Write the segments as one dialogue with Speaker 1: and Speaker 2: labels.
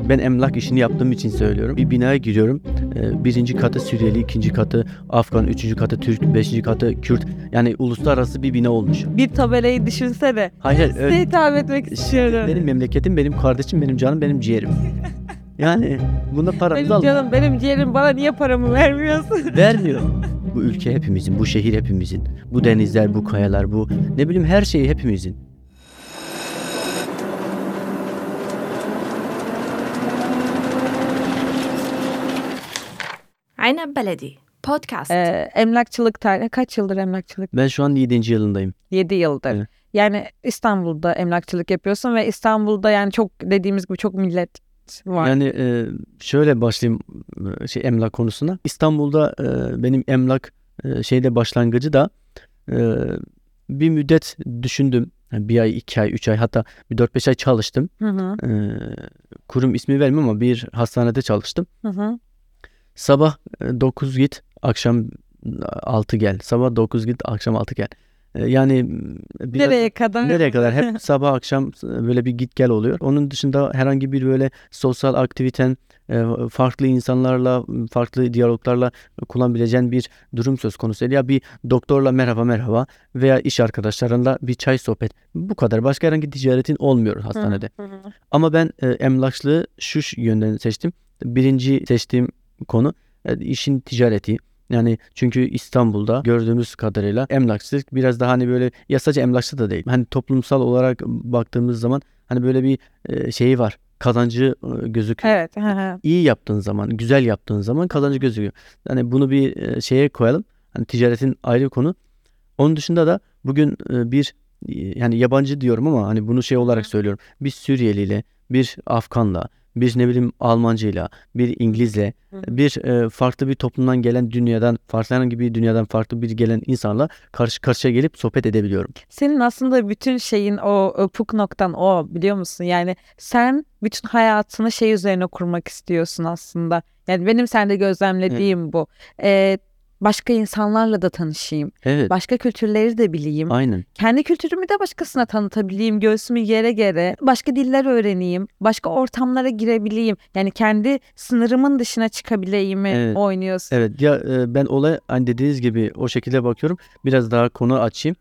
Speaker 1: Ben emlak işini yaptığım için söylüyorum. Bir binaya giriyorum. Birinci katı Suriyeli, ikinci katı Afgan, üçüncü katı Türk, beşinci katı Kürt. Yani uluslararası bir bina olmuş.
Speaker 2: Bir tabelayı düşünsene.
Speaker 1: Hayır,
Speaker 2: Size hitap etmek istiyorum.
Speaker 1: benim memleketim, benim kardeşim, benim canım, benim ciğerim. Yani bunda paramızı
Speaker 2: Benim canım, benim ciğerim, bana niye paramı vermiyorsun?
Speaker 1: vermiyor. Bu ülke hepimizin, bu şehir hepimizin. Bu denizler, bu kayalar, bu ne bileyim her şey hepimizin.
Speaker 3: Aynen Beledi Podcast.
Speaker 2: Emlakçılık tarihi kaç yıldır emlakçılık?
Speaker 1: Ben şu an 7. yılındayım.
Speaker 2: 7 yıldır.
Speaker 1: Evet.
Speaker 2: Yani İstanbul'da emlakçılık yapıyorsun ve İstanbul'da yani çok dediğimiz gibi çok millet var.
Speaker 1: Yani şöyle başlayayım emlak konusuna. İstanbul'da benim emlak başlangıcı da bir müddet düşündüm. Yani bir ay, 2 ay, 3 ay, hatta bir 4-5 ay çalıştım.
Speaker 2: Hı hı.
Speaker 1: Kurum ismi vermem ama bir hastanede çalıştım.
Speaker 2: Hı hı.
Speaker 1: Sabah 9 git, akşam 6 gel. Sabah 9 git, akşam 6 gel. Yani biraz
Speaker 2: Nereye kadar?
Speaker 1: nereye kadar? Hep sabah akşam böyle bir git gel oluyor. Onun dışında herhangi bir böyle sosyal aktiviten, farklı insanlarla, farklı diyaloglarla kullanabileceğin bir durum söz konusu değil. Ya bir doktorla merhaba veya iş arkadaşlarınla bir çay sohbet. Bu kadar. Başka herhangi ticaretin olmuyor hastanede.
Speaker 2: Hı hı.
Speaker 1: Ama ben emlakçılığı şu yönden seçtim. Birinci seçtiğim konu işin ticareti. Yani çünkü İstanbul'da gördüğümüz kadarıyla emlakçılık biraz daha hani böyle sadece emlakçı da değil. Hani toplumsal olarak baktığımız zaman hani böyle bir şeyi var. Kazancı gözüküyor.
Speaker 2: Evet. Hı hı.
Speaker 1: İyi yaptığın zaman, güzel yaptığın zaman kazancı gözüküyor. Yani bunu bir şeye koyalım. Hani ticaretin ayrı bir konu. Onun dışında da bugün yani yabancı diyorum ama hani bunu olarak söylüyorum. Bir Suriyeliyle, bir Afganla, bir ne bileyim Almancıyla, bir İngilizle,
Speaker 2: Hı hı.
Speaker 1: bir farklı bir toplumdan gelen dünyadan, farklı herhangi bir dünyadan farklı bir gelen insanla karşı karşıya gelip sohbet edebiliyorum.
Speaker 2: Senin aslında bütün şeyin o puk noktan o, biliyor musun? Yani sen bütün hayatını şey üzerine kurmak istiyorsun aslında. Yani benim sende gözlemlediğim bu. Başka insanlarla da tanışayım.
Speaker 1: Evet,
Speaker 2: Başka kültürleri de bileyim.
Speaker 1: aynen.
Speaker 2: Kendi kültürümü de başkasına tanıtabileyim. Göğsümü yere gere. Başka diller öğreneyim. Başka ortamlara girebileyim. Yani kendi sınırımın dışına çıkabileyim
Speaker 1: Evet.
Speaker 2: oynuyorsun.
Speaker 1: Evet ya, ben olaya hani dediğiniz gibi o şekilde bakıyorum. Biraz daha konu açayım.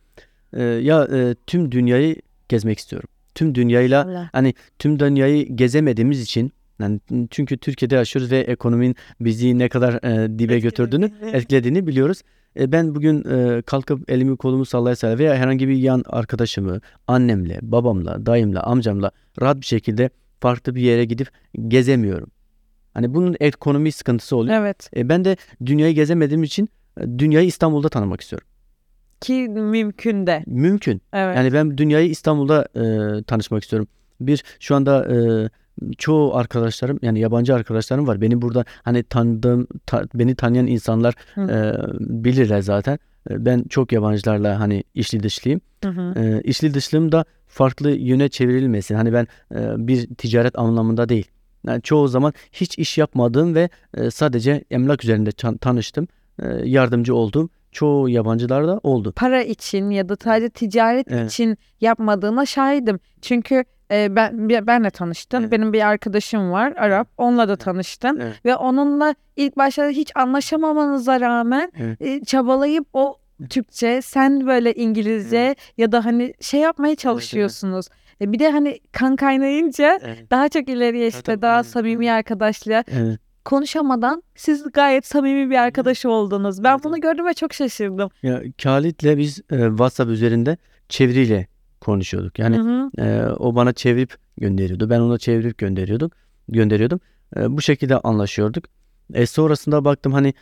Speaker 1: Tüm dünyayı gezmek istiyorum. Tüm dünyayla
Speaker 2: Allah.
Speaker 1: hani tüm dünyayı gezemediğimiz için, yani çünkü Türkiye'de yaşıyoruz ve ekonominin bizi ne kadar dibe götürdüğünü, etkilediğini biliyoruz. Ben bugün kalkıp elimi kolumu sallaya veya herhangi bir yan arkadaşımı annemle, babamla, dayımla, amcamla rahat bir şekilde farklı bir yere gidip gezemiyorum. Hani bunun ekonomi sıkıntısı oluyor.
Speaker 2: Evet.
Speaker 1: Ben de dünyayı gezemediğim için dünyayı İstanbul'da tanımak istiyorum.
Speaker 2: Ki mümkün de.
Speaker 1: Mümkün.
Speaker 2: Evet.
Speaker 1: Yani ben dünyayı İstanbul'da tanışmak istiyorum. Şu anda çoğu arkadaşlarım, yani yabancı arkadaşlarım var. Benim burada hani tanıdığım, beni tanıyan insanlar bilirler zaten. Ben çok yabancılarla hani içli dışlıyım.
Speaker 2: Hı hı.
Speaker 1: İçli dışlığım da farklı yöne çevrilmesin. Hani ben bir ticaret anlamında değil. Yani çoğu zaman hiç iş yapmadığım ve sadece emlak üzerinde tanıştım. Yardımcı oldum. Çoğu yabancılar da oldu.
Speaker 2: Para için ya da sadece ticaret
Speaker 1: Evet.
Speaker 2: için yapmadığına şahidim. Çünkü benle tanıştın.
Speaker 1: Evet.
Speaker 2: Benim bir arkadaşım var, Arap. Onunla da tanıştın.
Speaker 1: Evet.
Speaker 2: Ve onunla ilk başta hiç anlaşamamanıza rağmen
Speaker 1: Evet.
Speaker 2: çabalayıp o Türkçe, sen böyle İngilizce ya da hani şey yapmaya çalışıyorsunuz. Bir de hani kan kaynayınca
Speaker 1: Evet.
Speaker 2: daha çok ileriye işte
Speaker 1: Tabii,
Speaker 2: daha
Speaker 1: aynen,
Speaker 2: samimi arkadaşlığa
Speaker 1: Evet.
Speaker 2: konuşamadan siz gayet samimi bir arkadaş oldunuz. Ben
Speaker 1: Evet,
Speaker 2: bunu
Speaker 1: evet.
Speaker 2: gördüm ve çok şaşırdım.
Speaker 1: Ya Khalid'le biz WhatsApp üzerinde çeviriyle konuşuyorduk. Yani
Speaker 2: Hı hı.
Speaker 1: o bana çevirip gönderiyordu. Ben ona çevirip gönderiyordum. Bu şekilde anlaşıyorduk. Sonrasında baktım hani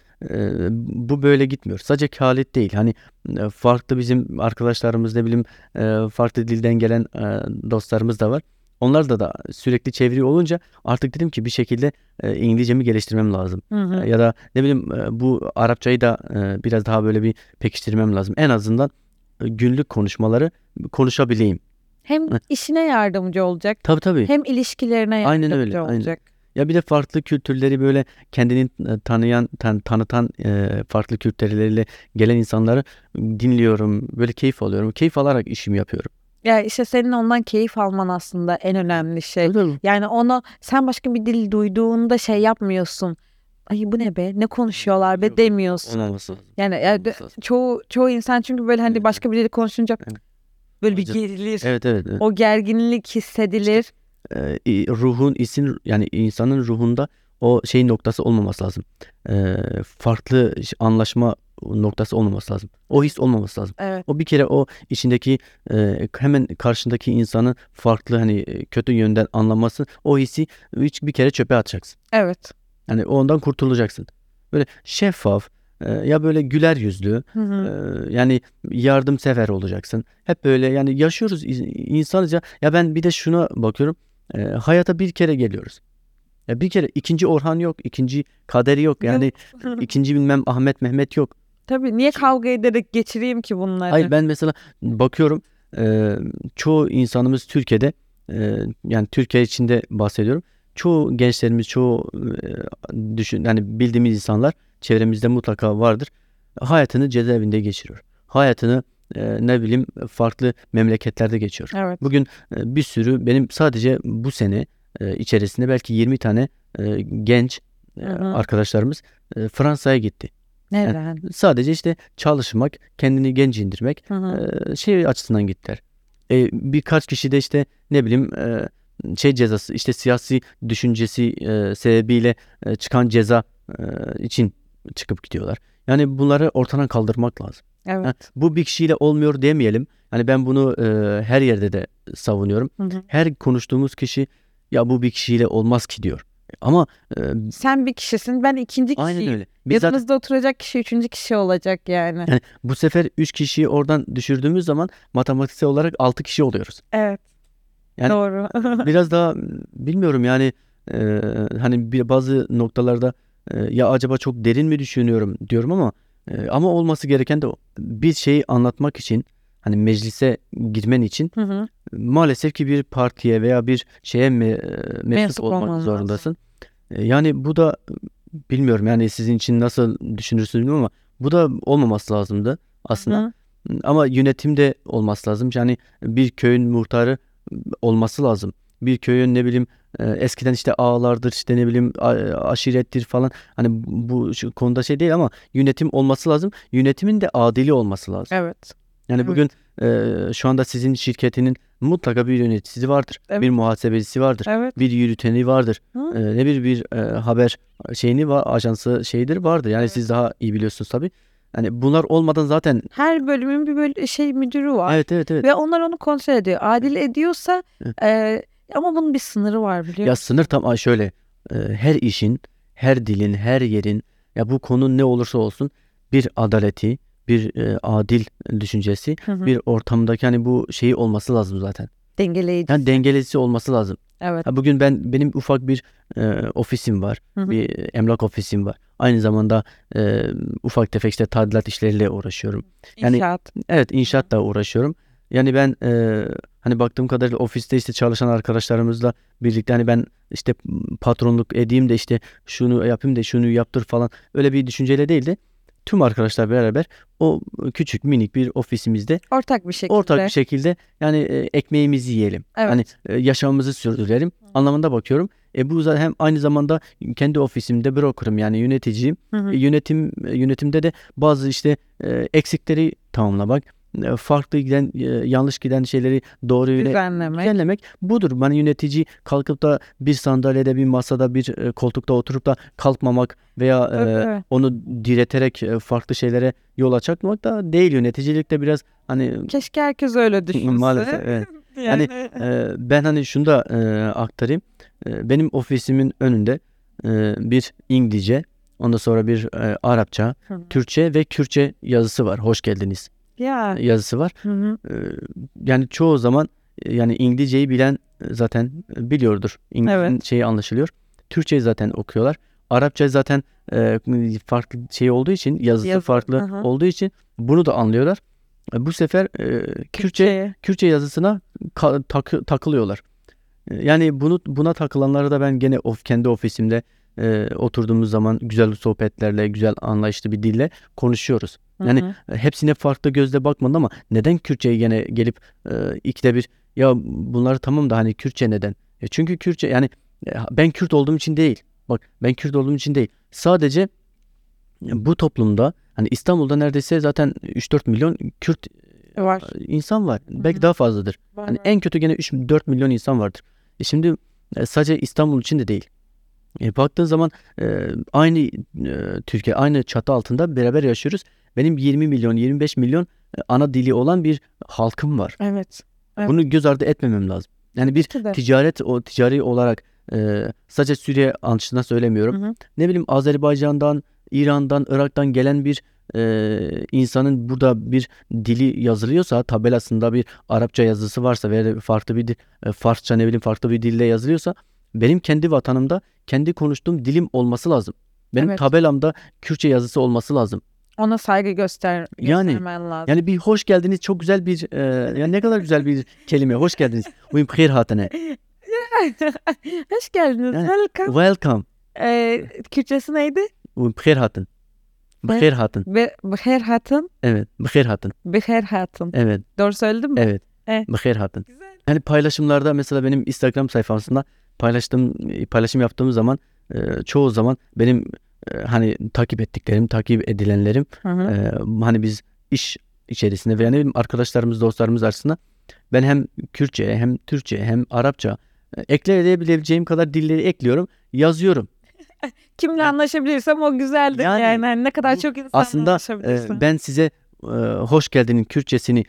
Speaker 1: bu böyle gitmiyor. Sadece Khalid değil. Hani farklı bizim arkadaşlarımız, ne bileyim farklı dilden gelen dostlarımız da var. Onlar da sürekli çeviri olunca artık dedim ki bir şekilde İngilizcemi geliştirmem lazım.
Speaker 2: Hı hı.
Speaker 1: Ya da ne bileyim bu Arapçayı da biraz daha böyle bir pekiştirmem lazım. En azından günlük konuşmaları konuşabileyim.
Speaker 2: Hem
Speaker 1: Heh.
Speaker 2: işine yardımcı olacak,
Speaker 1: Tabii.
Speaker 2: hem ilişkilerine
Speaker 1: Aynen öyle.
Speaker 2: yardımcı
Speaker 1: Aynen.
Speaker 2: olacak.
Speaker 1: Ya bir de farklı kültürleri böyle kendini tanıtan farklı kültürleriyle gelen insanları dinliyorum. Böyle keyif alıyorum. Keyif alarak işimi yapıyorum.
Speaker 2: Ya işte senin ondan keyif alman aslında en önemli şey.
Speaker 1: Tabii, tabii.
Speaker 2: Yani onu sen başka bir dil duyduğunda şey yapmıyorsun. Ay bu ne be? Ne konuşuyorlar be
Speaker 1: Yok,
Speaker 2: demiyorsun.
Speaker 1: olmaması lazım.
Speaker 2: Yani
Speaker 1: Olmaması lazım.
Speaker 2: çoğu insan çünkü böyle hani
Speaker 1: Evet,
Speaker 2: başka bir dili konuşunca
Speaker 1: evet.
Speaker 2: böyle bir
Speaker 1: Acı-
Speaker 2: gerilir.
Speaker 1: Evet, evet, evet.
Speaker 2: O gerginlik hissedilir.
Speaker 1: Ruhun yani insanın ruhunda o şey noktası olmaması lazım. Farklı anlaşma noktası olmaması lazım. O his olmaması lazım.
Speaker 2: Evet.
Speaker 1: O bir kere o içindeki hemen karşındaki insanı farklı hani kötü yönden anlaması, o hissi hiç bir kere çöpe atacaksın.
Speaker 2: Evet.
Speaker 1: Yani ondan kurtulacaksın. Böyle şeffaf, ya böyle güler yüzlü,
Speaker 2: Hı hı.
Speaker 1: yani yardımsever olacaksın. Hep böyle yani yaşıyoruz insanca. Ya ben bir de şuna bakıyorum. Hayata bir kere geliyoruz. Ya bir kere ikinci Orhan yok, ikinci Kaderi yok. Yani ikinci bilmem Ahmet Mehmet yok.
Speaker 2: Tabii niye kavga ederek geçireyim ki bunları?
Speaker 1: Hayır, ben mesela bakıyorum, çoğu insanımız Türkiye'de, yani Türkiye içinde bahsediyorum. Çoğu gençlerimiz, çoğu yani bildiğimiz insanlar çevremizde mutlaka vardır. Hayatını cezaevinde geçiriyor. Hayatını ne bileyim farklı memleketlerde geçiyor.
Speaker 2: Evet.
Speaker 1: Bugün bir sürü benim sadece bu sene içerisinde belki 20 tane genç
Speaker 2: Hı hı.
Speaker 1: arkadaşlarımız Fransa'ya gitti.
Speaker 2: Neden?
Speaker 1: Sadece işte çalışmak, kendini genç indirmek,
Speaker 2: Hı hı.
Speaker 1: şey açısından gittiler. Birkaç kişi de işte ne bileyim şey cezası, işte siyasi düşüncesi sebebiyle çıkan ceza için çıkıp gidiyorlar. Yani bunları ortadan kaldırmak lazım.
Speaker 2: Evet.
Speaker 1: Ha, bu bir kişiyle olmuyor demeyelim. Yani ben bunu her yerde de savunuyorum.
Speaker 2: Hı hı.
Speaker 1: Her konuştuğumuz kişi ya bu bir kişiyle olmaz ki diyor. Ama e,
Speaker 2: Sen bir kişisin, ben ikinci
Speaker 1: aynen
Speaker 2: kişiyim.
Speaker 1: öyle. Biz zaten
Speaker 2: Yanımızda oturacak kişi üçüncü kişi olacak yani.
Speaker 1: yani bu sefer 3 kişiyi oradan düşürdüğümüz zaman matematiksel olarak 6 kişi oluyoruz.
Speaker 2: Evet.
Speaker 1: Yani
Speaker 2: Doğru.
Speaker 1: biraz daha bilmiyorum yani hani bazı noktalarda ya acaba çok derin mi düşünüyorum diyorum ama olması gereken de bir şeyi anlatmak için, hani meclise girmen için
Speaker 2: Hı hı.
Speaker 1: maalesef ki bir partiye veya bir şeye mensup
Speaker 2: Mensup
Speaker 1: olmak
Speaker 2: olman lazım.
Speaker 1: zorundasın. Yani bu da bilmiyorum yani sizin için nasıl düşünürsünüz bilmiyorum ama bu da olmaması lazımdı aslında.
Speaker 2: Hı.
Speaker 1: Ama yönetimde olması lazım. Yani bir köyün muhtarı olması lazım. Bir köyün ne bileyim eskiden işte ağalardır, işte ne bileyim aşirettir falan. Hani bu şu konuda şey değil ama yönetim olması lazım. Yönetimin de adili olması lazım.
Speaker 2: Evet.
Speaker 1: Yani
Speaker 2: Evet.
Speaker 1: bugün şu anda sizin şirketinin mutlaka bir yöneticisi vardır.
Speaker 2: Evet.
Speaker 1: Bir muhasebecisi vardır.
Speaker 2: Evet.
Speaker 1: Bir yürüteni vardır.
Speaker 2: Hı.
Speaker 1: Ne bir haber şeyini var, ajansı şeyidir vardır. Yani
Speaker 2: Evet.
Speaker 1: siz daha iyi biliyorsunuz tabii. Hani bunlar olmadan zaten
Speaker 2: Her bölümün bir şey müdürü var.
Speaker 1: evet, evet, evet.
Speaker 2: Ve onlar onu kontrol ediyor. Adil ediyorsa ama bunun bir sınırı var biliyor
Speaker 1: Ya
Speaker 2: musun?
Speaker 1: sınır tam şöyle, her işin, her dilin, her yerin, ya bu konu ne olursa olsun bir adaleti, bir adil düşüncesi,
Speaker 2: Hı hı.
Speaker 1: bir ortamdaki hani bu şeyi olması lazım zaten.
Speaker 2: Dengeleyicisi.
Speaker 1: Yani dengelesi olması lazım.
Speaker 2: Evet.
Speaker 1: Ha, bugün benim ufak bir ofisim var.
Speaker 2: Hı hı.
Speaker 1: Bir emlak ofisim var. Aynı zamanda ufak tefek işte tadilat işleriyle uğraşıyorum. Yani
Speaker 2: İnşaat.
Speaker 1: evet, inşaatla uğraşıyorum. Yani ben hani baktığım kadarıyla ofiste işte çalışan arkadaşlarımızla birlikte hani ben işte patronluk edeyim de işte şunu yapayım da şunu yaptır falan, öyle bir düşünceyle değil de tüm arkadaşlar beraber o küçük minik bir ofisimizde
Speaker 2: Ortak bir şekilde.
Speaker 1: ortak bir şekilde yani ekmeğimizi yiyelim.
Speaker 2: Evet.
Speaker 1: Hani yaşamımızı sürdürelim anlamında bakıyorum. Bu zaten hem aynı zamanda kendi ofisimde broker'ım, yani yöneticiyim.
Speaker 2: Hı hı.
Speaker 1: Yönetimde de bazı işte eksikleri tamamlamak, farklı giden, yanlış giden şeyleri doğru yöne
Speaker 2: Düzenlemek.
Speaker 1: düzenlemek budur. Hani yönetici kalkıp da bir sandalyede, bir masada, bir koltukta oturup da kalkmamak veya
Speaker 2: Evet.
Speaker 1: onu direterek farklı şeylere yol açmak da değil. Yöneticilik de biraz hani
Speaker 2: Keşke herkes öyle düşünse.
Speaker 1: maalesef evet. Yani ben hani şunu da aktarayım. Benim ofisimin önünde bir İngilizce, ondan sonra bir Arapça,
Speaker 2: Hı.
Speaker 1: Türkçe ve Kürtçe yazısı var. Hoş geldiniz
Speaker 2: Ya.
Speaker 1: yazısı var.
Speaker 2: Hı hı.
Speaker 1: Yani çoğu zaman yani İngilizceyi bilen zaten biliyordur. İngilizcenin
Speaker 2: Evet.
Speaker 1: şeyi anlaşılıyor. Türkçeyi zaten okuyorlar. Arapça zaten farklı şey olduğu için, yazısı
Speaker 2: Yazı.
Speaker 1: farklı
Speaker 2: Hı hı.
Speaker 1: olduğu için bunu da anlıyorlar. Bu sefer
Speaker 2: Kürtçeye.
Speaker 1: Kürtçe yazısına takılıyorlar. Yani buna takılanları da ben gene kendi ofisimde oturduğumuz zaman güzel sohbetlerle, güzel anlayışlı bir dille konuşuyoruz. Yani hepsine farklı gözle bakmadım ama neden Kürtçeyi gene gelip ikide bir ya bunları tamam da hani Kürtçe neden? Çünkü Kürtçe yani ben Kürt olduğum için değil. Bak ben Kürt olduğum için değil. Sadece bu toplumda hani İstanbul'da neredeyse zaten 3-4 milyon Kürt
Speaker 2: Var.
Speaker 1: insan var. Belki daha fazladır. Hani en kötü gene 3-4 milyon insan vardır. Şimdi sadece İstanbul için de değil. Baktığın zaman aynı Türkiye, aynı çatı altında beraber yaşıyoruz. Benim 20 milyon, 25 milyon ana dili olan bir halkım var.
Speaker 2: Evet. Evet.
Speaker 1: Bunu göz ardı etmemem lazım. Yani bir
Speaker 2: Belki de.
Speaker 1: ticari olarak sadece Suriye açısından söylemiyorum. Ne bileyim Azerbaycan'dan, İran'dan, Irak'tan gelen bir insanın burada bir dili yazılıyorsa, tabelasında bir Arapça yazısı varsa veya farklı bir Farsça ne bileyim farklı bir dille yazılıyorsa benim kendi vatanımda kendi konuştuğum dilim olması lazım. Benim
Speaker 2: Evet.
Speaker 1: tabelamda Kürtçe yazısı olması lazım.
Speaker 2: Ona saygı
Speaker 1: Yani
Speaker 2: göstermen lazım.
Speaker 1: yani bir hoş geldiniz çok güzel bir yani ne kadar güzel bir kelime. Hoş geldiniz. Uyum khir hatane.
Speaker 2: Hoş geldiniz.
Speaker 1: Yani,
Speaker 2: Welcome.
Speaker 1: welcome.
Speaker 2: Kürtçesi neydi?
Speaker 1: Uyum khir hatın. Bkhir hatın.
Speaker 2: Bihir hatın.
Speaker 1: Evet. Bkhir hatın.
Speaker 2: Bihir hatın.
Speaker 1: Evet.
Speaker 2: Doğru söyledim mi?
Speaker 1: Evet.
Speaker 2: Evet.
Speaker 1: Bkhir hatın.
Speaker 2: Güzel.
Speaker 1: Yani paylaşımlarda mesela benim Instagram sayfasında paylaşım yaptığım zaman çoğu zaman benim hani takip ettiklerim, takip edilenlerim hani biz iş içerisinde veya ne bileyim arkadaşlarımız, dostlarımız arasında ben hem Kürtçe, hem Türkçe, hem Arapça ekleyebileceğim kadar dilleri ekliyorum, yazıyorum.
Speaker 2: Kimle anlaşabilirsem o güzeldir.
Speaker 1: Yani
Speaker 2: Yani hani ne kadar
Speaker 1: bu
Speaker 2: çok insanla
Speaker 1: aslında
Speaker 2: anlaşabilirsin.
Speaker 1: ben size hoş geldinin Kürtçesini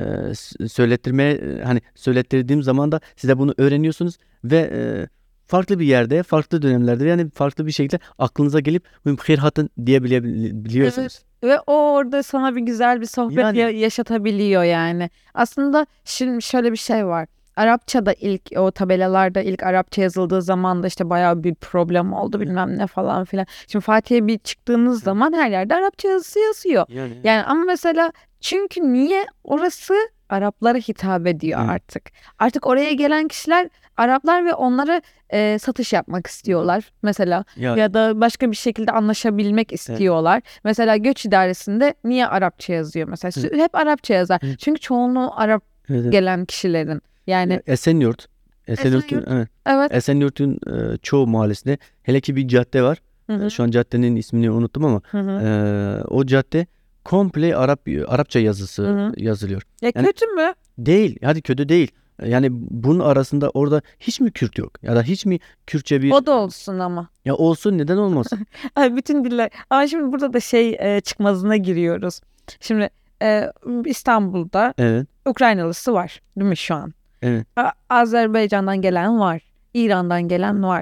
Speaker 1: hani söylettirdiğim zaman da size bunu öğreniyorsunuz ve farklı bir yerde, farklı dönemlerde yani farklı bir şekilde aklınıza gelip "Khir hatın" diyebiliyorsunuz.
Speaker 2: Evet. Ve o orada sana bir güzel bir sohbet
Speaker 1: Yani.
Speaker 2: yaşatabiliyor yani. Aslında şimdi şöyle bir şey var. Arapçada ilk o tabelalarda ilk Arapça yazıldığı zaman da işte bayağı bir problem oldu bilmem ne falan filan. Şimdi Fatih'e bir çıktığınız zaman her yerde Arapça yazısı yazıyor. Yani ama mesela çünkü niye orası Araplara hitap ediyor
Speaker 1: Evet.
Speaker 2: artık. Artık oraya gelen kişiler Araplar ve onlara satış yapmak istiyorlar mesela ya da başka bir şekilde anlaşabilmek istiyorlar. Mesela göç idaresinde niye Arapça yazıyor mesela? Hep Arapça yazar.
Speaker 1: Evet.
Speaker 2: Çünkü çoğunluğu Arap
Speaker 1: Evet.
Speaker 2: gelen kişilerin. Yani
Speaker 1: Esenyurt.
Speaker 2: Esenyurt.
Speaker 1: Evet.
Speaker 2: evet.
Speaker 1: Esenyurt'un çoğu mahallesinde hele ki bir cadde var.
Speaker 2: Hı-hı.
Speaker 1: Şu an caddenin ismini unuttum ama o cadde komple Arapça yazısı
Speaker 2: Hı-hı.
Speaker 1: yazılıyor.
Speaker 2: Ya
Speaker 1: Yani-
Speaker 2: kötü mü?
Speaker 1: Değil. Hadi kötü değil. Yani bunun arasında orada hiç mi Kürt yok? Ya da hiç mi Kürtçe bir
Speaker 2: O da olsun ama.
Speaker 1: ya olsun neden olmasın?
Speaker 2: Ay, bütün diller. Ama şimdi burada da çıkmazına giriyoruz. Şimdi İstanbul'da
Speaker 1: Evet.
Speaker 2: Ukraynalısı var değil mi şu an?
Speaker 1: Evet.
Speaker 2: Azerbaycan'dan gelen var. İran'dan gelen var.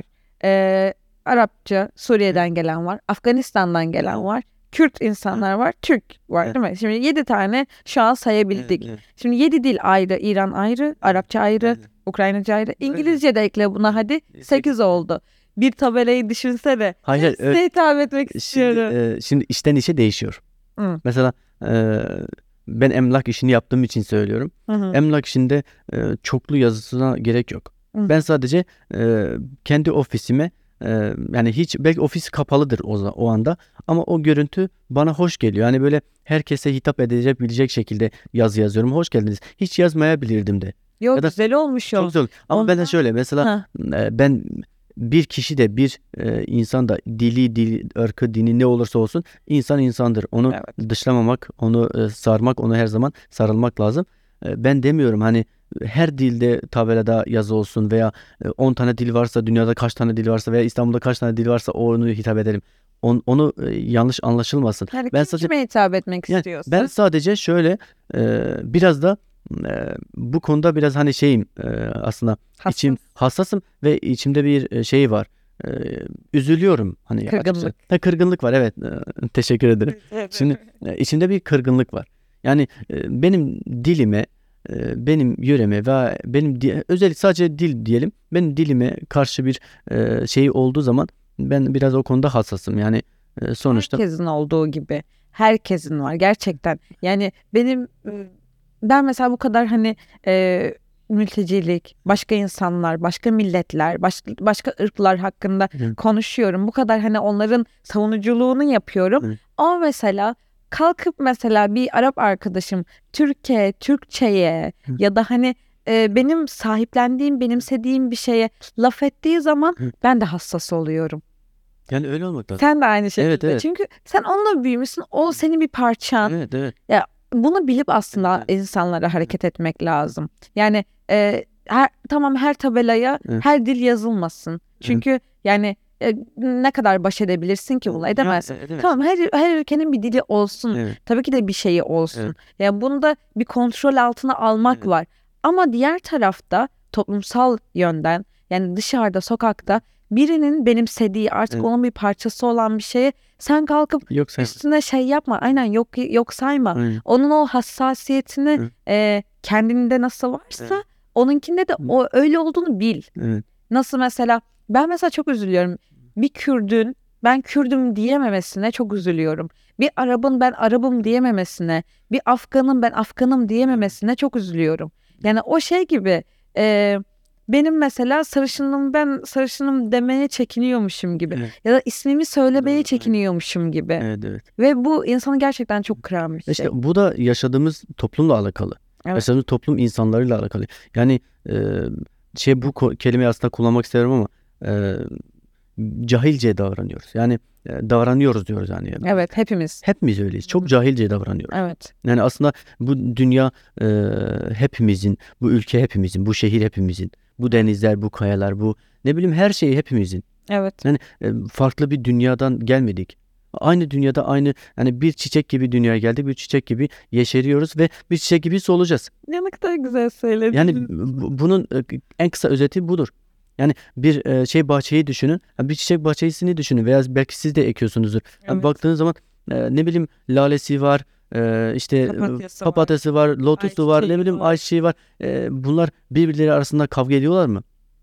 Speaker 2: Arapça, Suriye'den gelen var. Afganistan'dan gelen var. Kürt insanlar var. Türk var
Speaker 1: Evet.
Speaker 2: değil mi? Şimdi 7 tane şu an sayabildik.
Speaker 1: Evet.
Speaker 2: Şimdi 7 dil ayrı. İran ayrı. Arapça ayrı.
Speaker 1: Evet.
Speaker 2: Ukraynaca ayrı. İngilizce de ekle buna hadi. 8 oldu. Bir tabelayı düşünsene.
Speaker 1: Hayır,
Speaker 2: Hepsine hitap etmek istiyorum.
Speaker 1: Şimdi işten işe değişiyor.
Speaker 2: Hı.
Speaker 1: Mesela ben emlak işini yaptığım için söylüyorum.
Speaker 2: Hı.
Speaker 1: Emlak işinde çoklu yazısına gerek yok.
Speaker 2: Hı.
Speaker 1: Ben sadece kendi ofisime yani hiç belki ofis kapalıdır o anda ama o görüntü bana hoş geliyor. Yani böyle herkese hitap bilecek şekilde yazı yazıyorum. Hoş geldiniz. Hiç yazmayabilirdim de.
Speaker 2: Yok
Speaker 1: ya da
Speaker 2: güzel olmuş o.
Speaker 1: Çok güzel. Ama ben de şöyle mesela
Speaker 2: Ha.
Speaker 1: ben bir kişi de bir insan da dili, ırkı, dini ne olursa olsun insan insandır. Onu
Speaker 2: Evet.
Speaker 1: dışlamamak, onu sarmak, onu her zaman sarılmak lazım. Ben demiyorum hani her dilde tabelada yazı olsun veya 10 tane dil varsa dünyada kaç tane dil varsa veya İstanbul'da kaç tane dil varsa onu hitap edelim. Onu yanlış anlaşılmasın.
Speaker 2: Yani
Speaker 1: Ben
Speaker 2: kime hitap etmek
Speaker 1: yani
Speaker 2: istiyorsun?
Speaker 1: ben sadece şöyle biraz da bu konuda biraz hani şeyim aslında içim hassasım ve içimde bir şey var. Üzülüyorum hani
Speaker 2: Kırgınlık.
Speaker 1: açıkçası. Kırgınlık var evet. Teşekkür ederim. Şimdi içimde bir kırgınlık var. Yani benim dilime, benim yöreme ve benim özellikle sadece dil diyelim. Benim dilime karşı bir şey olduğu zaman ben biraz o konuda hassasım. Yani sonuçta
Speaker 2: Herkesin olduğu gibi. Herkesin var gerçekten. Yani ben mesela bu kadar hani mültecilik, başka insanlar, başka milletler, başka ırklar hakkında konuşuyorum. Bu kadar hani onların savunuculuğunu yapıyorum. Ama mesela kalkıp mesela bir Arap arkadaşım Türkçeye ya da hani benim sahiplendiğim, benimsediğim bir şeye laf ettiği zaman ben de hassas oluyorum.
Speaker 1: Yani öyle olmak lazım.
Speaker 2: Sen de aynı şekilde.
Speaker 1: Evet, evet.
Speaker 2: Çünkü sen onunla büyümüşsün. O senin bir parçan.
Speaker 1: Evet, evet.
Speaker 2: Ya bunu bilip aslında insanlara hareket etmek lazım. Yani tamam her tabelaya her dil yazılmasın. Çünkü yani ne kadar baş edebilirsin ki bununla? Edemezsin.
Speaker 1: Edemezsin.
Speaker 2: Tamam her ülkenin bir dili olsun.
Speaker 1: Evet.
Speaker 2: Tabii ki de bir şeyi olsun.
Speaker 1: Evet.
Speaker 2: Yani bunu da bir kontrol altına almak var. Ama diğer tarafta toplumsal yönden yani dışarıda sokakta birinin benimsediği artık onun bir parçası olan bir şeye sen kalkıp
Speaker 1: Yok sayma.
Speaker 2: üstüne şey yapma. Aynen yok sayma.
Speaker 1: Aynen.
Speaker 2: Onun o hassasiyetini kendinde nasıl varsa onunkinde de o öyle olduğunu bil.
Speaker 1: Evet.
Speaker 2: Nasıl mesela ben mesela çok üzülüyorum. Bir Kürdün ben Kürdüm diyememesine çok üzülüyorum. Bir Arap'ın ben Arap'ım diyememesine, bir Afgan'ın ben Afgan'ım diyememesine çok üzülüyorum. Yani o şey gibi benim mesela sarışınım ben sarışınım demeye çekiniyormuşum gibi.
Speaker 1: Evet.
Speaker 2: Ya da ismimi söylemeye çekiniyormuşum gibi.
Speaker 1: Evet, evet.
Speaker 2: Ve bu insanı gerçekten çok kıran bir şey.
Speaker 1: İşte bu da yaşadığımız toplumla alakalı.
Speaker 2: Evet.
Speaker 1: Yaşadığımız toplum insanlarıyla alakalı. Yani bu kelimeyi aslında kullanmak isterim ama cahilce davranıyoruz. Yani davranıyoruz diyoruz yani.
Speaker 2: Evet hepimiz.
Speaker 1: Hepimiz öyleyiz. Çok cahilce davranıyoruz.
Speaker 2: Evet.
Speaker 1: Yani aslında bu dünya hepimizin, bu ülke hepimizin, bu şehir hepimizin, bu denizler, bu kayalar, bu ne bileyim her şey hepimizin.
Speaker 2: Evet.
Speaker 1: Yani farklı bir dünyadan gelmedik. Aynı dünyada yani bir çiçek gibi dünyaya geldik, bir çiçek gibi yeşeriyoruz ve bir çiçek gibi solacağız.
Speaker 2: Ne kadar güzel söyledin.
Speaker 1: Yani bunun en kısa özeti budur. Yani bir bahçeyi düşünün, bir çiçek bahçesini düşünün veya belki siz de ekiyorsunuzdur. Yani
Speaker 2: Evet.
Speaker 1: baktığınız zaman ne bileyim lalesi var, işte papatyası var, lotusu var, ne bileyim ayçiçeği var. Bunlar birbirleri arasında kavga ediyorlar mı?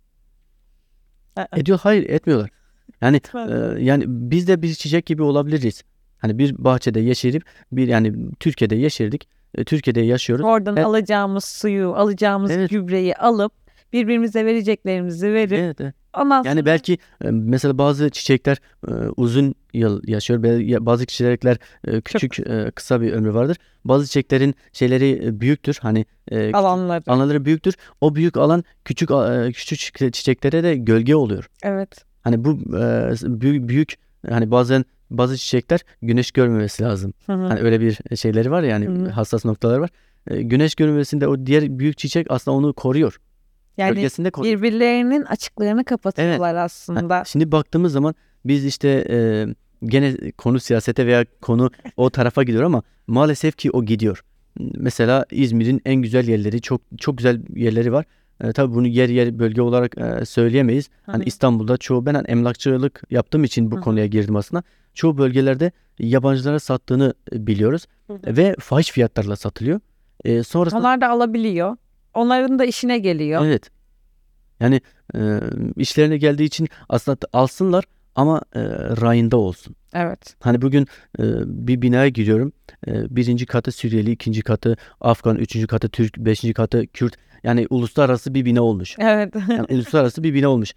Speaker 1: Ediyor, hayır etmiyorlar. Yani yani biz de bir çiçek gibi olabiliriz. Hani bir bahçede yeşerip yani Türkiye'de yeşerdik. Türkiye'de yaşıyoruz.
Speaker 2: Oradan alacağımız suyu, alacağımız gübreyi alıp birbirimize vereceklerimizi verip
Speaker 1: Evet.
Speaker 2: ondan sonra
Speaker 1: Yani belki mesela bazı çiçekler uzun yıl yaşıyor. Bazı çiçekler küçük kısa bir ömrü vardır. Bazı çiçeklerin şeyleri büyüktür. Hani alanları büyüktür. O büyük alan küçük çiçeklere de gölge oluyor.
Speaker 2: Evet.
Speaker 1: Hani bu büyük hani bazı çiçekler güneş görmemesi lazım. Hani öyle bir şeyleri var ya yani hassas noktaları var. Güneş görmemesinde o diğer büyük çiçek aslında onu koruyor.
Speaker 2: Yani
Speaker 1: Gölgesinde koruyor.
Speaker 2: birbirlerinin açıklarını kapatıyorlar aslında.
Speaker 1: Şimdi baktığımız zaman biz işte gene konu siyasete veya konu o tarafa gidiyor ama maalesef ki o gidiyor. Mesela İzmir'in en güzel yerleri, çok çok güzel yerleri var. Tabii bunu yer bölge olarak söyleyemeyiz. Hani İstanbul'da ben emlakçılık yaptığım için bu konuya girdim aslında. Çoğu bölgelerde yabancılara sattığını biliyoruz ve fahiş fiyatlarla satılıyor. Sonrasında
Speaker 2: Onlar da alabiliyor. Onların da işine geliyor.
Speaker 1: evet. Yani işlerine geldiği için aslında alsınlar ama rayında olsun.
Speaker 2: Evet.
Speaker 1: Hani bugün bir binaya giriyorum. Birinci katı Suriyeli, ikinci katı Afgan, üçüncü katı Türk, beşinci katı Kürt. Yani uluslararası bir bina olmuş.
Speaker 2: Evet.
Speaker 1: Yani uluslararası bir bina olmuş.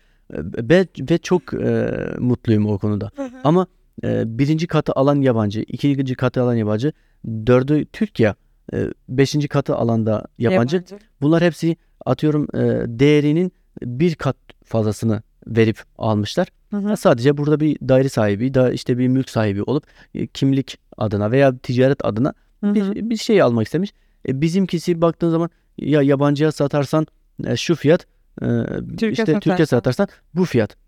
Speaker 1: Ve çok mutluyum o konuda. Ama birinci katı alan yabancı, ikinci katı alan yabancı, dördü Türkiye, beşinci katı alanda yabancı. Bunlar hepsi atıyorum değerinin bir kat fazlasını verip almışlar. Sadece burada bir daire sahibi, işte bir mülk sahibi olup kimlik adına veya ticaret adına bir şey almak istemiş. Bizimkisi baktığın zaman ya yabancıya satarsan şu fiyat, Türkiye satarsan bu fiyat.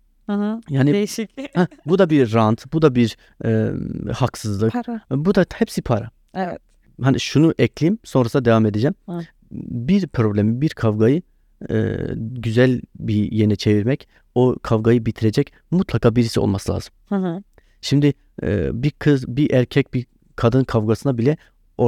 Speaker 1: Yani
Speaker 2: değişik.
Speaker 1: bu da bir rant, bu da bir haksızlık.
Speaker 2: Para.
Speaker 1: Bu da hepsi para.
Speaker 2: Evet.
Speaker 1: Hani şunu ekleyeyim, sonrasında devam edeceğim. Bir problemi, bir kavgayı güzel bir yere çevirmek, o kavgayı bitirecek mutlaka birisi olması lazım. Şimdi bir kız, bir erkek, bir kadın kavgasına bile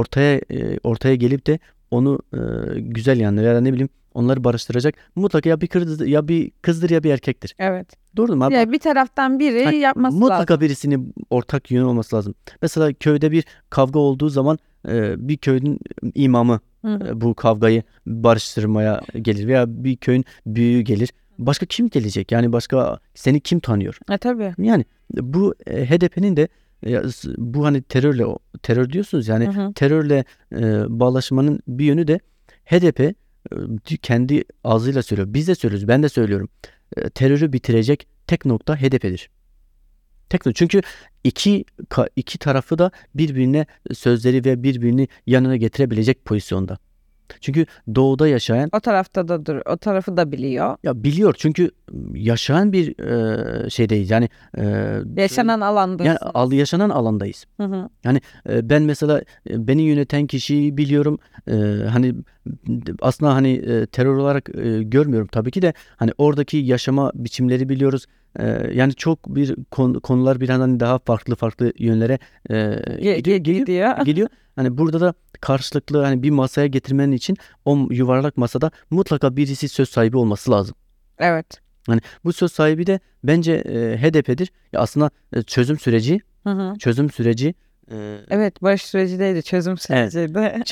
Speaker 1: ortaya gelip de onu güzel yanları ya da ne bileyim onları barıştıracak mutlaka ya bir kızdır ya bir erkektir.
Speaker 2: Evet.
Speaker 1: Doğru mu abi?
Speaker 2: Ya bir taraftan biri yapması
Speaker 1: mutlaka
Speaker 2: lazım.
Speaker 1: birisinin ortak yönü olması lazım. Mesela köyde bir kavga olduğu zaman bir köyün imamı Bu kavgayı barıştırmaya gelir veya bir köyün büyüğü gelir. Başka kim gelecek? Yani başka seni kim tanıyor?
Speaker 2: Tabii.
Speaker 1: Yani bu HDP'nin de bu hani terör diyorsunuz yani terörle bağlaşmanın bir yönü de HDP kendi ağzıyla söylüyor. Biz de söylüyoruz. Ben de söylüyorum. Terörü bitirecek tek nokta HDP'dir. Çünkü iki tarafı da birbirine sözleri ve birbirini yanına getirebilecek pozisyonda. Çünkü doğuda yaşayan
Speaker 2: O tarafta da o tarafı da biliyor.
Speaker 1: ya biliyor çünkü yaşayan bir şeydeyiz yani
Speaker 2: Yaşanan alandasınız.
Speaker 1: yani yaşanan alandayız. Yani ben mesela beni yöneten kişiyi biliyorum. Hani aslında hani terör olarak görmüyorum tabii ki de hani oradaki yaşama biçimleri biliyoruz. Yani çok bir konular bir hani daha farklı yönlere geliyor. Hani burada da karşılıklı hani bir masaya getirmen için o yuvarlak masada mutlaka birisi söz sahibi olması lazım.
Speaker 2: Evet.
Speaker 1: Hani bu söz sahibi de bence HDP'dir. Ya aslında çözüm süreci
Speaker 2: Evet, barış süreci değildi, çözüm süreciydi.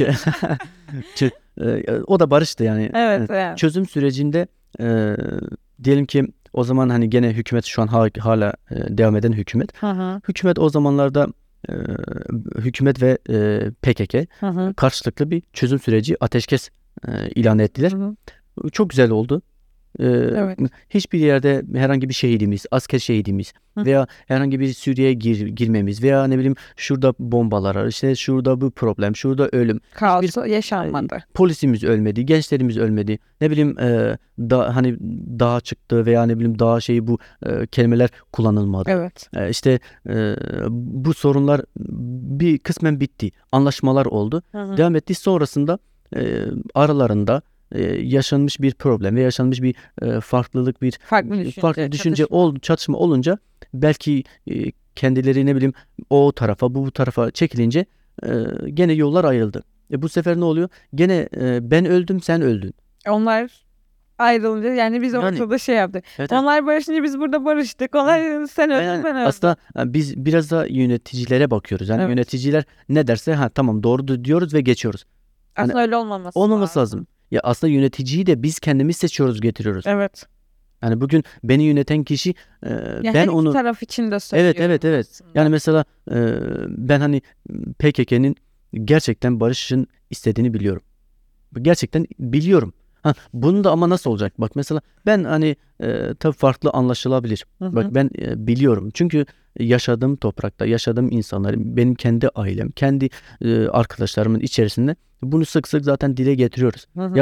Speaker 1: o da barıştı yani.
Speaker 2: Evet, evet.
Speaker 1: Çözüm sürecinde diyelim ki o zaman hani gene hükümet şu an hala devam eden hükümet. Hükümet o zamanlarda hükümet ve PKK karşılıklı bir çözüm süreci ateşkes ilan ettiler. Çok güzel oldu.
Speaker 2: Evet.
Speaker 1: Hiçbir yerde herhangi bir şehidimiz, asker şehidimiz veya herhangi bir Suriye'ye girmemiz veya ne bileyim şurada bombalar, işte şurada bu problem, şurada ölüm.
Speaker 2: Kaosu yaşanmadı.
Speaker 1: Polisimiz ölmedi, gençlerimiz ölmedi. Ne bileyim hani dağa çıktı veya ne bileyim dağa bu kelimeler kullanılmadı.
Speaker 2: Evet.
Speaker 1: İşte bu sorunlar bir kısmen bitti. Anlaşmalar oldu. Devam etti. Sonrasında aralarında yaşanmış bir problem ve yaşanmış bir farklı düşünce çatışma olunca belki kendileri ne bileyim o tarafa bu tarafa çekilince gene yollar ayrıldı. Bu sefer ne oluyor? Gene ben öldüm sen öldün.
Speaker 2: Onlar ayrılınca yani biz ortada yaptık.
Speaker 1: Evet.
Speaker 2: Onlar barışınca biz burada barıştık. Onlar sen öldün ben öldüm.
Speaker 1: Aslında biz biraz da yöneticilere bakıyoruz. Yani yöneticiler ne derse tamam doğru diyoruz ve geçiyoruz.
Speaker 2: Aslında öyle olmaması
Speaker 1: lazım. Ya aslında yöneticiyi de biz kendimiz seçiyoruz, getiriyoruz.
Speaker 2: Evet.
Speaker 1: Yani bugün beni yöneten kişi ben onu
Speaker 2: taraf için de söylüyorum.
Speaker 1: Evet. Aslında. Yani mesela ben hani PKK'nin gerçekten barışın istediğini biliyorum. Gerçekten biliyorum. Bunu da ama nasıl olacak? Bak mesela ben hani tabii farklı anlaşılabilir. Bak ben biliyorum. Çünkü yaşadığım toprakta, yaşadığım insanlar, benim kendi ailem, kendi arkadaşlarımın içerisinde bunu sık sık zaten dile getiriyoruz. Ya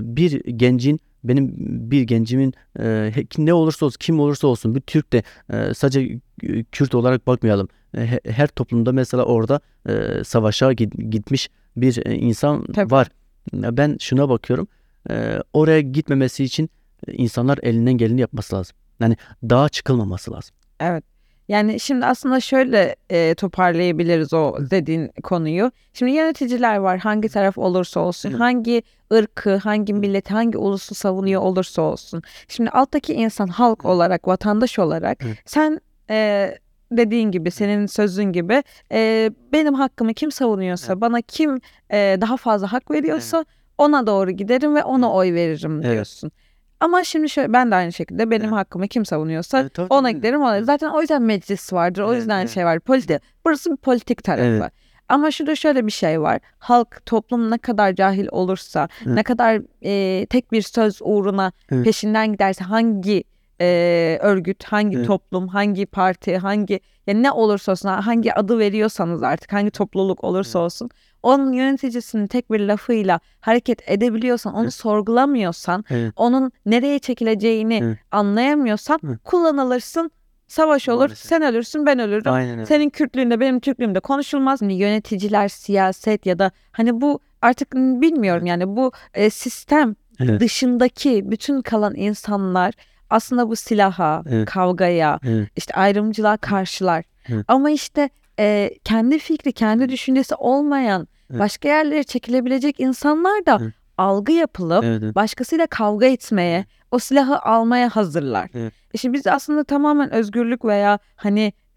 Speaker 1: benim bir gencimin ne olursa olsun, kim olursa olsun, bir Türk de sadece Kürt olarak bakmayalım. Her toplumda mesela orada savaşa gitmiş bir insan var. Ben şuna bakıyorum. Oraya gitmemesi için insanlar elinden geleni yapması lazım. Yani dağa çıkılmaması lazım.
Speaker 2: Evet. Yani şimdi aslında şöyle toparlayabiliriz o dediğin konuyu. Şimdi yöneticiler var, hangi taraf olursa olsun, hangi ırkı, hangi milleti, hangi ulusu savunuyor olursa olsun. Şimdi alttaki insan, halk olarak, vatandaş olarak sen dediğin gibi, senin sözün gibi benim hakkımı kim savunuyorsa, bana kim daha fazla hak veriyorsa ona doğru giderim ve ona oy veririm diyorsun. Ama şimdi şöyle, ben de aynı şekilde benim hakkımı kim savunuyorsa ona giderim. Zaten o yüzden meclis vardır. O yüzden şey var. Burası bir politik tarafı. Ama şurada şöyle bir şey var. Halk, toplum ne kadar cahil olursa, ne kadar tek bir söz uğruna peşinden giderse, hangi örgüt, hangi toplum, hangi parti, yani ne olursa olsun, hangi adı veriyorsanız artık, hangi topluluk olursa olsun, onun yöneticisinin tek bir lafıyla hareket edebiliyorsan, onu sorgulamıyorsan, onun nereye çekileceğini anlayamıyorsan kullanılırsın, savaş olur, sen ölürsün, ben ölürüm. Senin Kürtlüğünde, benim Türklüğümde konuşulmaz. Hani yöneticiler, siyaset ya da hani bu artık bilmiyorum yani bu sistem dışındaki bütün kalan insanlar aslında bu silaha, kavgaya, işte ayrımcılığa karşılar. Ama işte kendi fikri, kendi düşüncesi olmayan, başka yerlere çekilebilecek insanlar da algı yapılıp başkasıyla kavga etmeye, o silahı almaya hazırlar. İşte biz aslında tamamen özgürlük veya hani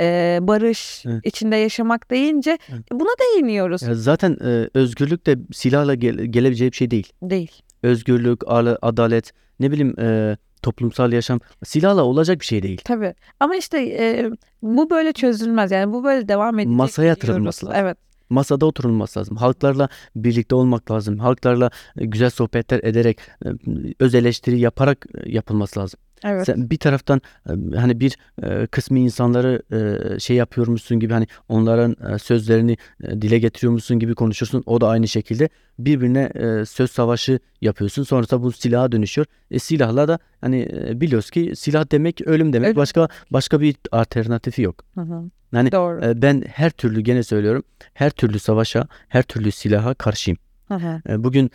Speaker 2: barış
Speaker 1: Evet.
Speaker 2: içinde yaşamak deyince
Speaker 1: Evet.
Speaker 2: buna değiniyoruz.
Speaker 1: Ya zaten özgürlük de silahla gelebileceği bir şey değil.
Speaker 2: Değil.
Speaker 1: Özgürlük, adalet, ne bileyim toplumsal yaşam silahla olacak bir şey değil.
Speaker 2: Tabii. Ama işte bu böyle çözülmez. Yani bu böyle devam edecek
Speaker 1: Masaya
Speaker 2: diyoruz.
Speaker 1: yatırılması lazım.
Speaker 2: Evet.
Speaker 1: Masada oturulması lazım. Halklarla birlikte olmak lazım. Halklarla güzel sohbetler ederek, öz eleştiri yaparak yapılması lazım.
Speaker 2: Evet.
Speaker 1: Sen bir taraftan hani bir kısmı insanları şey yapıyormuşsun gibi, hani onların sözlerini dile getiriyormuşsun gibi konuşursun. O da aynı şekilde birbirine söz savaşı yapıyorsun. Sonrasında bu silaha dönüşüyor. Silahla da hani biliyoruz ki silah demek ölüm demek.
Speaker 2: Ölüm.
Speaker 1: Başka bir alternatifi yok.
Speaker 2: Hı hı.
Speaker 1: Yani
Speaker 2: Doğru.
Speaker 1: ben her türlü, gene söylüyorum, her türlü savaşa, her türlü silaha karşıyım.
Speaker 2: Hı hı.
Speaker 1: Bugün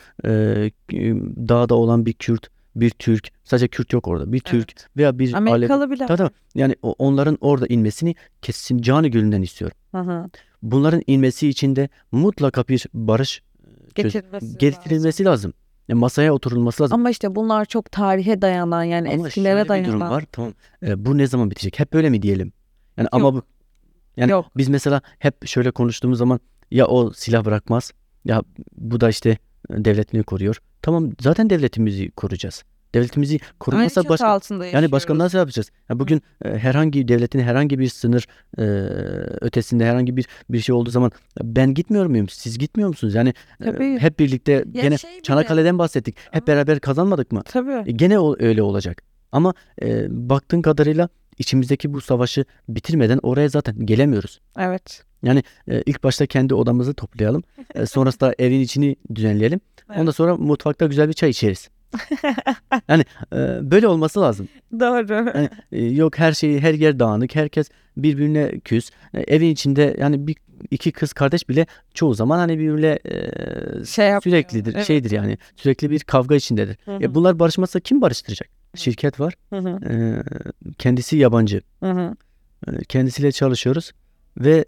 Speaker 1: dağda olan bir Kürt, bir Türk, sadece Kürt yok orada, bir Türk veya bir
Speaker 2: Amerikalı bile
Speaker 1: Tabii,
Speaker 2: var.
Speaker 1: yani onların orada inmesini kesin canı gönülden istiyorum.
Speaker 2: Hı hı.
Speaker 1: Bunların inmesi için de mutlaka bir barış getirilmesi lazım. Masaya oturulması lazım.
Speaker 2: Ama işte bunlar çok tarihe dayanan, yani
Speaker 1: Ama
Speaker 2: eskilere
Speaker 1: şöyle bir durum
Speaker 2: dayanan.
Speaker 1: var. Tamam. Bu ne zaman bitecek? Hep böyle mi diyelim? Yani ama
Speaker 2: Yok.
Speaker 1: yani
Speaker 2: Yok.
Speaker 1: biz mesela hep şöyle konuştuğumuz zaman, ya o silah bırakmaz, ya bu da işte devletini koruyor. Tamam, zaten devletimizi koruyacağız. Devletimizi
Speaker 2: Aynı
Speaker 1: korumazsak
Speaker 2: çatı
Speaker 1: başka,
Speaker 2: altında
Speaker 1: yani
Speaker 2: yaşıyoruz.
Speaker 1: başka nasıl yapacağız? Ya bugün herhangi devletin herhangi bir sınır ötesinde herhangi bir şey olduğu zaman ben gitmiyor muyum? Siz gitmiyor musunuz? Yani
Speaker 2: Tabii.
Speaker 1: hep birlikte
Speaker 2: Ya
Speaker 1: gene
Speaker 2: şey bile-
Speaker 1: Çanakkale'den bahsettik. Hep beraber kazanmadık mı?
Speaker 2: Tabii.
Speaker 1: Gene öyle olacak. Ama baktığın kadarıyla içimizdeki bu savaşı bitirmeden oraya zaten gelemiyoruz.
Speaker 2: Evet.
Speaker 1: Yani ilk başta kendi odamızı toplayalım. Sonrasında evin içini düzenleyelim. Ondan
Speaker 2: Evet.
Speaker 1: sonra mutfakta güzel bir çay içeriz. Yani böyle olması lazım.
Speaker 2: Doğru.
Speaker 1: Yani, yok her yer dağınık. Herkes birbirine küs. Evin içinde yani iki kız kardeş bile çoğu zaman hani birbirine
Speaker 2: Şey yapıyor.
Speaker 1: süreklidir,
Speaker 2: Evet.
Speaker 1: şeydir yani. Sürekli bir kavga içindedir.
Speaker 2: Hı hı.
Speaker 1: Bunlar barışmazsa kim barıştıracak? Şirket var.
Speaker 2: Hı hı.
Speaker 1: Kendisi yabancı.
Speaker 2: Hı hı.
Speaker 1: Kendisiyle çalışıyoruz ve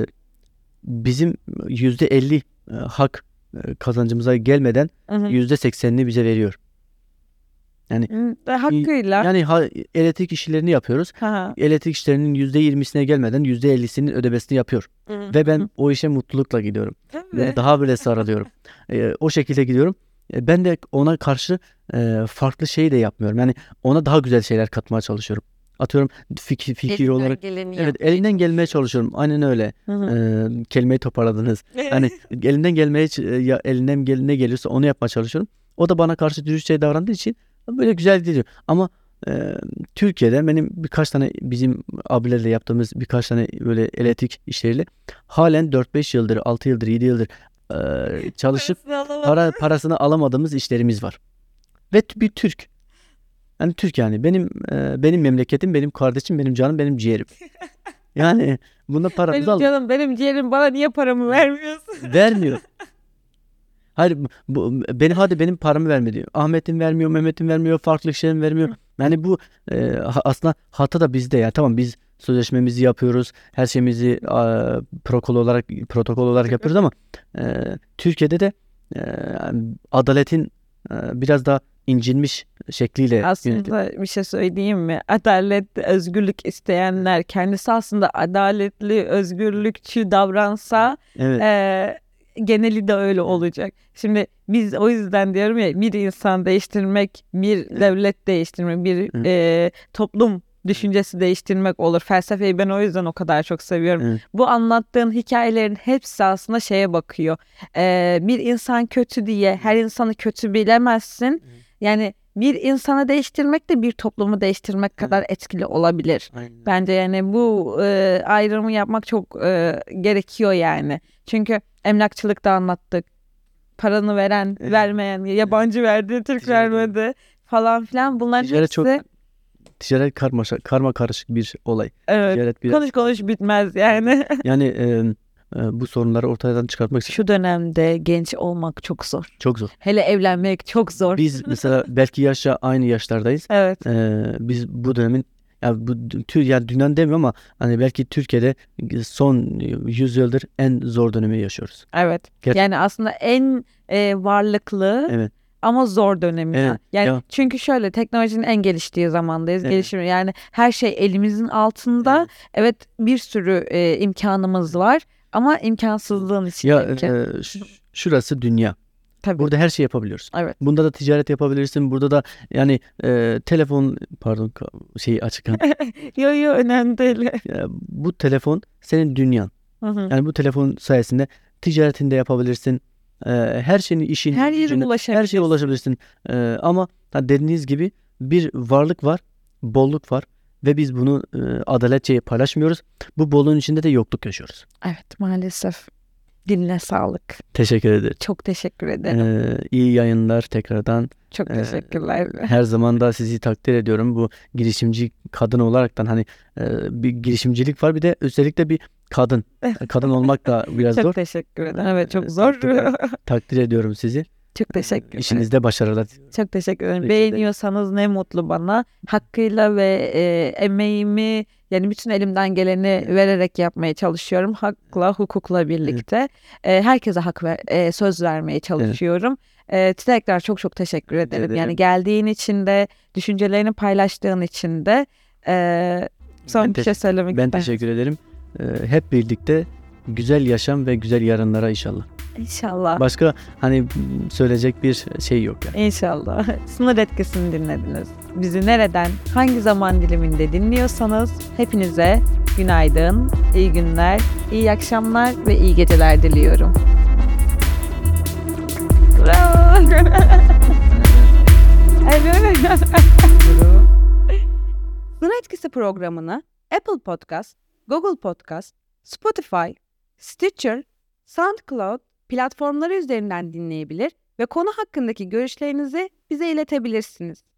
Speaker 1: bizim %50 hak kazancımıza gelmeden
Speaker 2: Hı hı.
Speaker 1: %80'ini bize veriyor. Yani
Speaker 2: Hakkıyla.
Speaker 1: yani elektrik işlerini yapıyoruz.
Speaker 2: Hı hı.
Speaker 1: Elektrik işlerinin %20'sine gelmeden %50'sinin ödemesini yapıyor.
Speaker 2: Hı hı.
Speaker 1: Ve ben o işe mutlulukla gidiyorum.
Speaker 2: Tabii.
Speaker 1: Ve daha bile sarılıyorum. O şekilde gidiyorum. Ben de ona karşı farklı şey de yapmıyorum. Yani ona daha güzel şeyler katmaya çalışıyorum. Atıyorum fikir olarak. Evet, elimden gelmeye çalışıyorum. Aynen öyle.
Speaker 2: Hı hı.
Speaker 1: Kelimeyi toparladınız. Hani elimden ne gelirse onu yapmaya çalışıyorum. O da bana karşı dürüstçe davrandığı için böyle güzel gidiyor. Ama Türkiye'de benim birkaç tane, bizim abilerle yaptığımız birkaç tane böyle elektrik işleriyle halen 4-5 yıldır, 6 yıldır, 7 yıldır çalışıp parasını alamadığımız işlerimiz var. Ve bir Türk. Yani Türk, yani benim memleketim, benim kardeşim, benim canım, benim ciğerim. Yani bunda para
Speaker 2: Benim canım, benim ciğerim, bana niye paramı vermiyorsun?
Speaker 1: vermiyor. Hayır, benim paramı vermedi. Ahmet'in vermiyor, Mehmet'in vermiyor, farklı kişilerin vermiyor. Yani bu aslında hata da bizde ya. Tamam, biz sözleşmemizi yapıyoruz. Her şeyimizi protokol olarak yapıyoruz ama Türkiye'de de adaletin biraz daha incinmiş şekliyle yönetiyor.
Speaker 2: Aslında bir şey söyleyeyim mi? Adalet, özgürlük isteyenler kendisi aslında adaletli, özgürlükçü davransa
Speaker 1: Evet.
Speaker 2: geneli de öyle olacak. Şimdi biz o yüzden diyorum ya, bir insan değiştirmek, bir devlet değiştirmek, bir toplum düşüncesi değiştirmek olur. Felsefeyi ben o yüzden o kadar çok seviyorum.
Speaker 1: Evet.
Speaker 2: Bu anlattığın hikayelerin hepsi aslında şeye bakıyor. Bir insan kötü diye her insanı kötü bilemezsin. Yani bir insanı değiştirmek de bir toplumu değiştirmek kadar etkili olabilir.
Speaker 1: Aynen.
Speaker 2: Bence yani bu ayrımı yapmak çok gerekiyor yani. Çünkü emlakçılıkta anlattık. Paranı veren, vermeyen, yabancı verdi, Türk
Speaker 1: Ticaret,
Speaker 2: vermedi falan filan. Bunların hepsi
Speaker 1: ticaret karma karışık bir olay.
Speaker 2: evet,
Speaker 1: Ticaret biraz,
Speaker 2: konuş bitmez yani.
Speaker 1: yani bu sorunları ortadan çıkartmak için
Speaker 2: Şu dönemde genç olmak çok zor.
Speaker 1: çok zor.
Speaker 2: Hele evlenmek çok zor.
Speaker 1: Biz mesela belki aynı yaşlardayız.
Speaker 2: Evet.
Speaker 1: Biz bu dönemin, ya yani dünyanın demiyorum ama hani belki Türkiye'de son 100 yıldır en zor dönemi yaşıyoruz.
Speaker 2: Evet.
Speaker 1: Gerçekten.
Speaker 2: Yani aslında en varlıklı,
Speaker 1: Evet.
Speaker 2: ama zor dönemi.
Speaker 1: Evet,
Speaker 2: Yani
Speaker 1: ya.
Speaker 2: çünkü şöyle teknolojinin en geliştiği zamandayız.
Speaker 1: Evet.
Speaker 2: Gelişim yani her şey elimizin altında. Evet, bir sürü imkanımız var ama imkansızlığın
Speaker 1: Ya
Speaker 2: içindeki.
Speaker 1: şurası dünya.
Speaker 2: Tabii.
Speaker 1: Burada her şey yapabiliyoruz.
Speaker 2: Evet.
Speaker 1: Bunda da ticaret yapabilirsin. Burada da yani telefon açık.
Speaker 2: Yo önemli değil.
Speaker 1: Ya, bu telefon senin dünyan.
Speaker 2: Hı hı.
Speaker 1: Yani bu telefon sayesinde ticaretini de yapabilirsin. Her şeyin, işin,
Speaker 2: Her yere
Speaker 1: gücüne, her şeye
Speaker 2: ulaşabilirsin.
Speaker 1: ulaşabilirsin. Ama dediğiniz gibi bir varlık var, bolluk var ve biz bunu adaletçe paylaşmıyoruz. Bu bolluğun içinde de yokluk yaşıyoruz.
Speaker 2: Evet, maalesef. Diline sağlık.
Speaker 1: Teşekkür ederim.
Speaker 2: Çok teşekkür ederim.
Speaker 1: İyi yayınlar tekrardan.
Speaker 2: Çok teşekkürler.
Speaker 1: Her zaman da sizi takdir ediyorum. Bu girişimci kadın olaraktan hani bir girişimcilik var, bir de özellikle bir kadın. Kadın olmak da biraz
Speaker 2: Çok
Speaker 1: zor.
Speaker 2: teşekkür ederim. Evet, çok zor.
Speaker 1: Takdir ediyorum sizi.
Speaker 2: Çok teşekkür ederim.
Speaker 1: İşinizde başarılar.
Speaker 2: Çok teşekkür ederim.
Speaker 1: Rica ederim.
Speaker 2: Beğeniyorsanız ne mutlu bana. Hakkıyla ve emeğimi yani bütün elimden geleni vererek yapmaya çalışıyorum. Hakla, hukukla birlikte. Herkese hak söz vermeye çalışıyorum. Tekrar çok çok teşekkür ederim.
Speaker 1: ederim.
Speaker 2: Yani geldiğin için de, düşüncelerini paylaştığın için de son bir şey söylemek
Speaker 1: Ben
Speaker 2: ister misin?
Speaker 1: teşekkür ederim. Hep birlikte güzel yaşam ve güzel yarınlara inşallah.
Speaker 2: İnşallah.
Speaker 1: Başka hani söyleyecek bir şey yok yani.
Speaker 2: İnşallah. Sınır etkisini dinlediniz. Bizi nereden, hangi zaman diliminde dinliyorsanız hepinize günaydın, iyi günler, iyi akşamlar ve iyi geceler diliyorum. Bravo. Evet.
Speaker 4: Sınır Etkisi programını Apple Podcast, Google Podcast, Spotify, Stitcher, SoundCloud platformları üzerinden dinleyebilir ve konu hakkındaki görüşlerinizi bize iletebilirsiniz.